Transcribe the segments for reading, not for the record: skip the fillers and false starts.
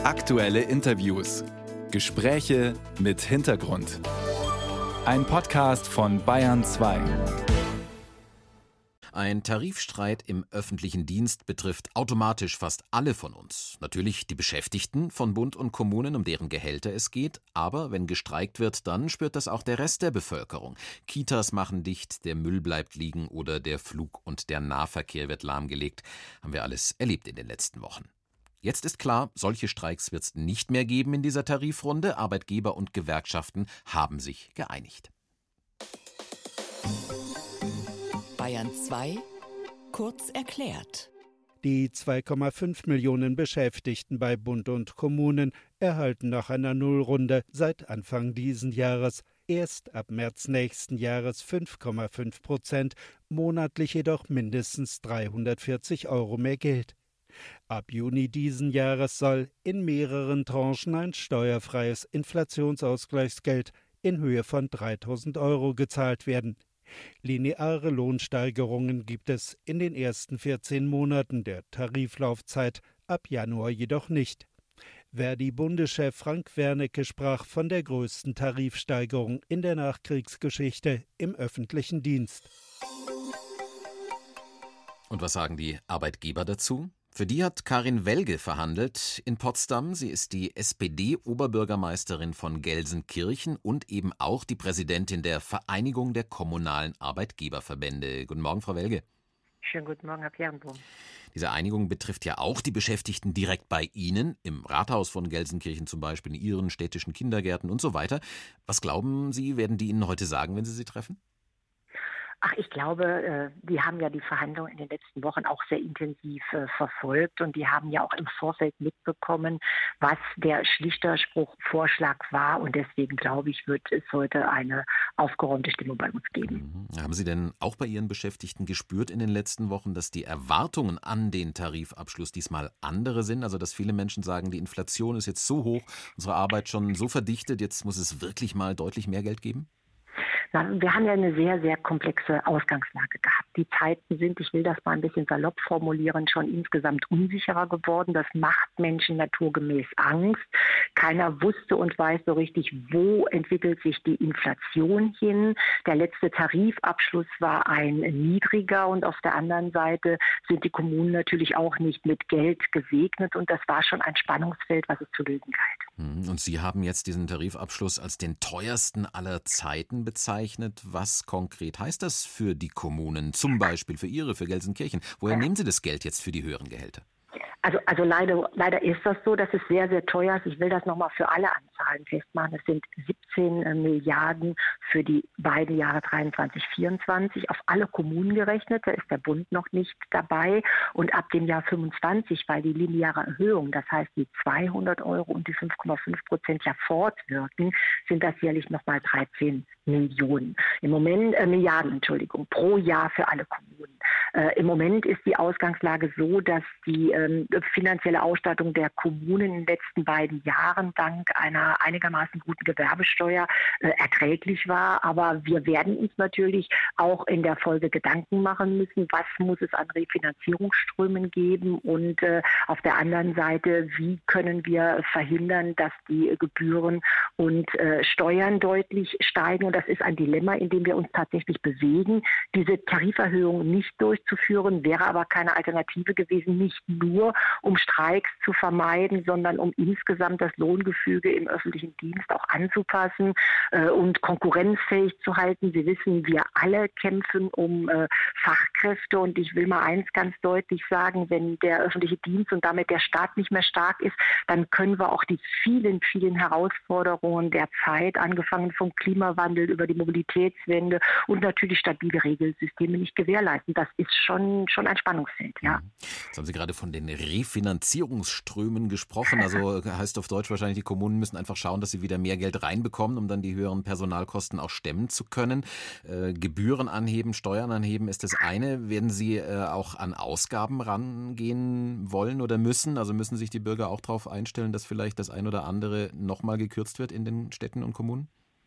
Aktuelle Interviews. Gespräche mit Hintergrund. Ein Podcast von Bayern 2. Ein Tarifstreit im öffentlichen Dienst betrifft automatisch fast alle von uns. Natürlich die Beschäftigten von Bund und Kommunen, um deren Gehälter es geht. Aber wenn gestreikt wird, dann spürt das auch der Rest der Bevölkerung. Kitas machen dicht, der Müll bleibt liegen oder der Flug- und der Nahverkehr wird lahmgelegt. Haben wir alles erlebt in den letzten Wochen. Jetzt ist klar, solche Streiks wird es nicht mehr geben in dieser Tarifrunde. Arbeitgeber und Gewerkschaften haben sich geeinigt. Bayern 2 kurz erklärt. Die 2,5 Millionen Beschäftigten bei Bund und Kommunen erhalten nach einer Nullrunde seit Anfang diesen Jahres erst ab März nächsten Jahres 5,5%, monatlich jedoch mindestens 340 € mehr Geld. Ab Juni diesen Jahres soll in mehreren Tranchen ein steuerfreies Inflationsausgleichsgeld in Höhe von 3.000 € gezahlt werden. Lineare Lohnsteigerungen gibt es in den ersten 14 Monaten der Tariflaufzeit, ab Januar jedoch nicht. Verdi-Bundeschef Frank Wernicke sprach von der größten Tarifsteigerung in der Nachkriegsgeschichte im öffentlichen Dienst. Und was sagen die Arbeitgeber dazu? Für die hat Karin Welge verhandelt in Potsdam. Sie ist die SPD-Oberbürgermeisterin von Gelsenkirchen und eben auch die Präsidentin der Vereinigung der kommunalen Arbeitgeberverbände. Guten Morgen, Frau Welge. Schönen guten Morgen, Herr Pierenbohm. Diese Einigung betrifft ja auch die Beschäftigten direkt bei Ihnen, im Rathaus von Gelsenkirchen zum Beispiel, in Ihren städtischen Kindergärten und so weiter. Was glauben Sie, werden die Ihnen heute sagen, wenn Sie sie treffen? Ach, ich glaube, die haben ja die Verhandlungen in den letzten Wochen auch sehr intensiv verfolgt und die haben ja auch im Vorfeld mitbekommen, was der Schlichterspruchvorschlag war und deswegen, glaube ich, wird es heute eine aufgeräumte Stimmung bei uns geben. Haben Sie denn auch bei Ihren Beschäftigten gespürt in den letzten Wochen, dass die Erwartungen an den Tarifabschluss diesmal andere sind? Also, dass viele Menschen sagen, die Inflation ist jetzt so hoch, unsere Arbeit schon so verdichtet, jetzt muss es wirklich mal deutlich mehr Geld geben? Na, wir haben ja eine sehr, sehr komplexe Ausgangslage gehabt. Die Zeiten sind, ich will das mal ein bisschen salopp formulieren, schon insgesamt unsicherer geworden. Das macht Menschen naturgemäß Angst. Keiner wusste und weiß so richtig, wo entwickelt sich die Inflation hin. Der letzte Tarifabschluss war ein niedriger und auf der anderen Seite sind die Kommunen natürlich auch nicht mit Geld gesegnet und das war schon ein Spannungsfeld, was es zu lösen galt. Und Sie haben jetzt diesen Tarifabschluss als den teuersten aller Zeiten bezeichnet. Was konkret heißt das für die Kommunen, zum Beispiel für Gelsenkirchen? Woher nehmen Sie das Geld jetzt für die höheren Gehälter? Also leider ist das so, dass es sehr, sehr teuer ist. Ich will das nochmal für alle Anzahlen festmachen. Es sind 17 Milliarden für die beiden Jahre 23, 24 auf alle Kommunen gerechnet. Da ist der Bund noch nicht dabei. Und ab dem Jahr 25, weil die lineare Erhöhung, das heißt die 200 € und die 5,5% ja fortwirken, sind das jährlich nochmal 13 Millionen. Milliarden, pro Jahr für alle Kommunen. Im Moment ist die Ausgangslage so, dass die finanzielle Ausstattung der Kommunen in den letzten beiden Jahren dank einer einigermaßen guten Gewerbesteuer erträglich war. Aber wir werden uns natürlich auch in der Folge Gedanken machen müssen, was muss es an Refinanzierungsströmen geben und auf der anderen Seite, wie können wir verhindern, dass die Gebühren und Steuern deutlich steigen. Und das ist ein Dilemma, in dem wir uns tatsächlich bewegen. Diese Tariferhöhung nicht durchzuführen, wäre aber keine Alternative gewesen, nicht nur um Streiks zu vermeiden, sondern um insgesamt das Lohngefüge im öffentlichen Dienst auch anzupassen und konkurrenzfähig zu halten. Sie wissen, wir alle kämpfen um Fachkräfte und ich will mal eins ganz deutlich sagen, wenn der öffentliche Dienst und damit der Staat nicht mehr stark ist, dann können wir auch die vielen, vielen Herausforderungen der Zeit, angefangen vom Klimawandel über die Mobilitätswende und natürlich stabile Regelsysteme nicht gewährleisten. Das ist schon ein Spannungsfeld, ja. Jetzt haben Sie gerade von den Refinanzierungsströmen gesprochen. Also heißt auf Deutsch wahrscheinlich, die Kommunen müssen einfach schauen, dass sie wieder mehr Geld reinbekommen, um dann die höheren Personalkosten auch stemmen zu können. Gebühren anheben, Steuern anheben ist das eine. Werden Sie auch an Ausgaben rangehen wollen oder müssen? Also müssen sich die Bürger auch darauf einstellen, dass vielleicht das ein oder andere nochmal gekürzt wird in den Städten und Kommunen?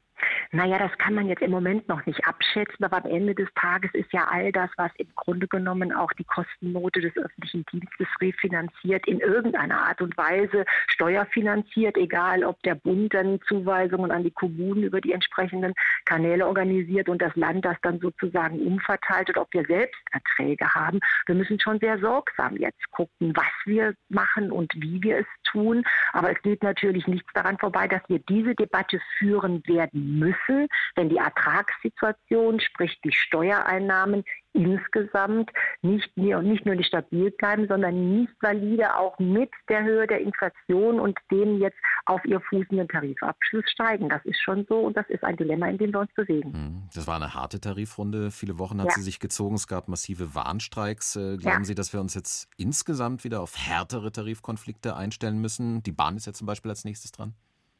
Naja, das kann man jetzt im Moment noch nicht abschätzen, aber am Ende des Tages ist ja all das, was im Grunde genommen auch die Kostennote des öffentlichen Dienstes refinanziert, in irgendeiner Art und Weise steuerfinanziert, egal ob der Bund dann Zuweisungen an die Kommunen über die entsprechenden Kanäle organisiert und das Land das dann sozusagen umverteilt oder ob wir selbst Erträge haben. Wir müssen schon sehr sorgsam jetzt gucken, was wir machen und wie wir es tun. Aber es geht natürlich nichts daran vorbei, dass wir diese Debatte führen werden müssen, wenn die Ertragssituation, sprich die Steuereinnahmen insgesamt nicht nur nicht stabil bleiben, sondern nicht valide auch mit der Höhe der Inflation und dem jetzt auf ihr fußenden Tarifabschluss steigen. Das ist schon so und das ist ein Dilemma, in dem wir uns bewegen. Das war eine harte Tarifrunde. Viele Wochen hat sie sich gezogen. Es gab massive Warnstreiks. Glauben Sie, dass wir uns jetzt insgesamt wieder auf härtere Tarifkonflikte einstellen müssen? Die Bahn ist ja zum Beispiel als nächstes dran.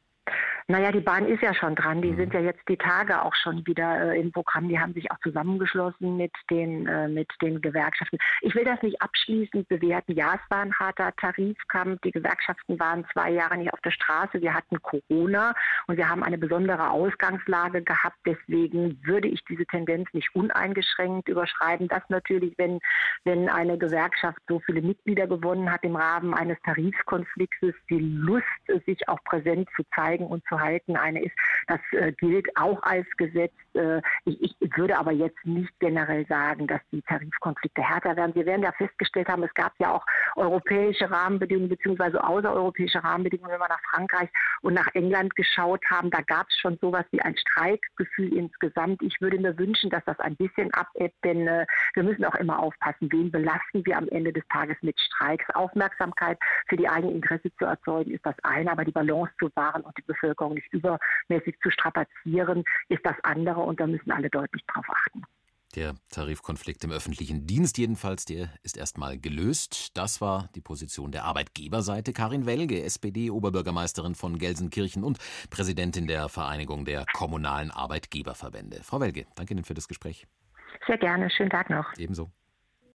Naja, die Bahn ist ja schon dran. Die sind ja jetzt die Tage auch schon wieder im Programm. Die haben sich auch zusammengeschlossen mit den Gewerkschaften. Ich will das nicht abschließend bewerten. Ja, es war ein harter Tarifkampf. Die Gewerkschaften waren 2 Jahre nicht auf der Straße. Wir hatten Corona und wir haben eine besondere Ausgangslage gehabt. Deswegen würde ich diese Tendenz nicht uneingeschränkt überschreiben. Dass natürlich, wenn eine Gewerkschaft so viele Mitglieder gewonnen hat im Rahmen eines Tarifkonfliktes, die Lust, sich auch präsent zu zeigen und zu halten, eine ist, das gilt auch als Gesetz. Ich würde aber jetzt nicht generell sagen, dass die Tarifkonflikte härter werden. Wir werden ja festgestellt haben, es gab ja auch europäische Rahmenbedingungen bzw. außereuropäische Rahmenbedingungen, wenn wir nach Frankreich und nach England geschaut haben. Da gab es schon sowas wie ein Streikgefühl insgesamt. Ich würde mir wünschen, dass das ein bisschen abebbt, denn wir müssen auch immer aufpassen, wen belasten wir am Ende des Tages mit Streiks. Aufmerksamkeit für die eigene Interesse zu erzeugen, ist das eine, aber die Balance zu wahren und die Bevölkerung nicht übermäßig zu strapazieren, ist das andere und da müssen alle deutlich drauf achten. Der Tarifkonflikt im öffentlichen Dienst jedenfalls, der ist erstmal gelöst. Das war die Position der Arbeitgeberseite. Karin Welge, SPD-Oberbürgermeisterin von Gelsenkirchen und Präsidentin der Vereinigung der kommunalen Arbeitgeberverbände. Frau Welge, danke Ihnen für das Gespräch. Sehr gerne, schönen Tag noch. Ebenso.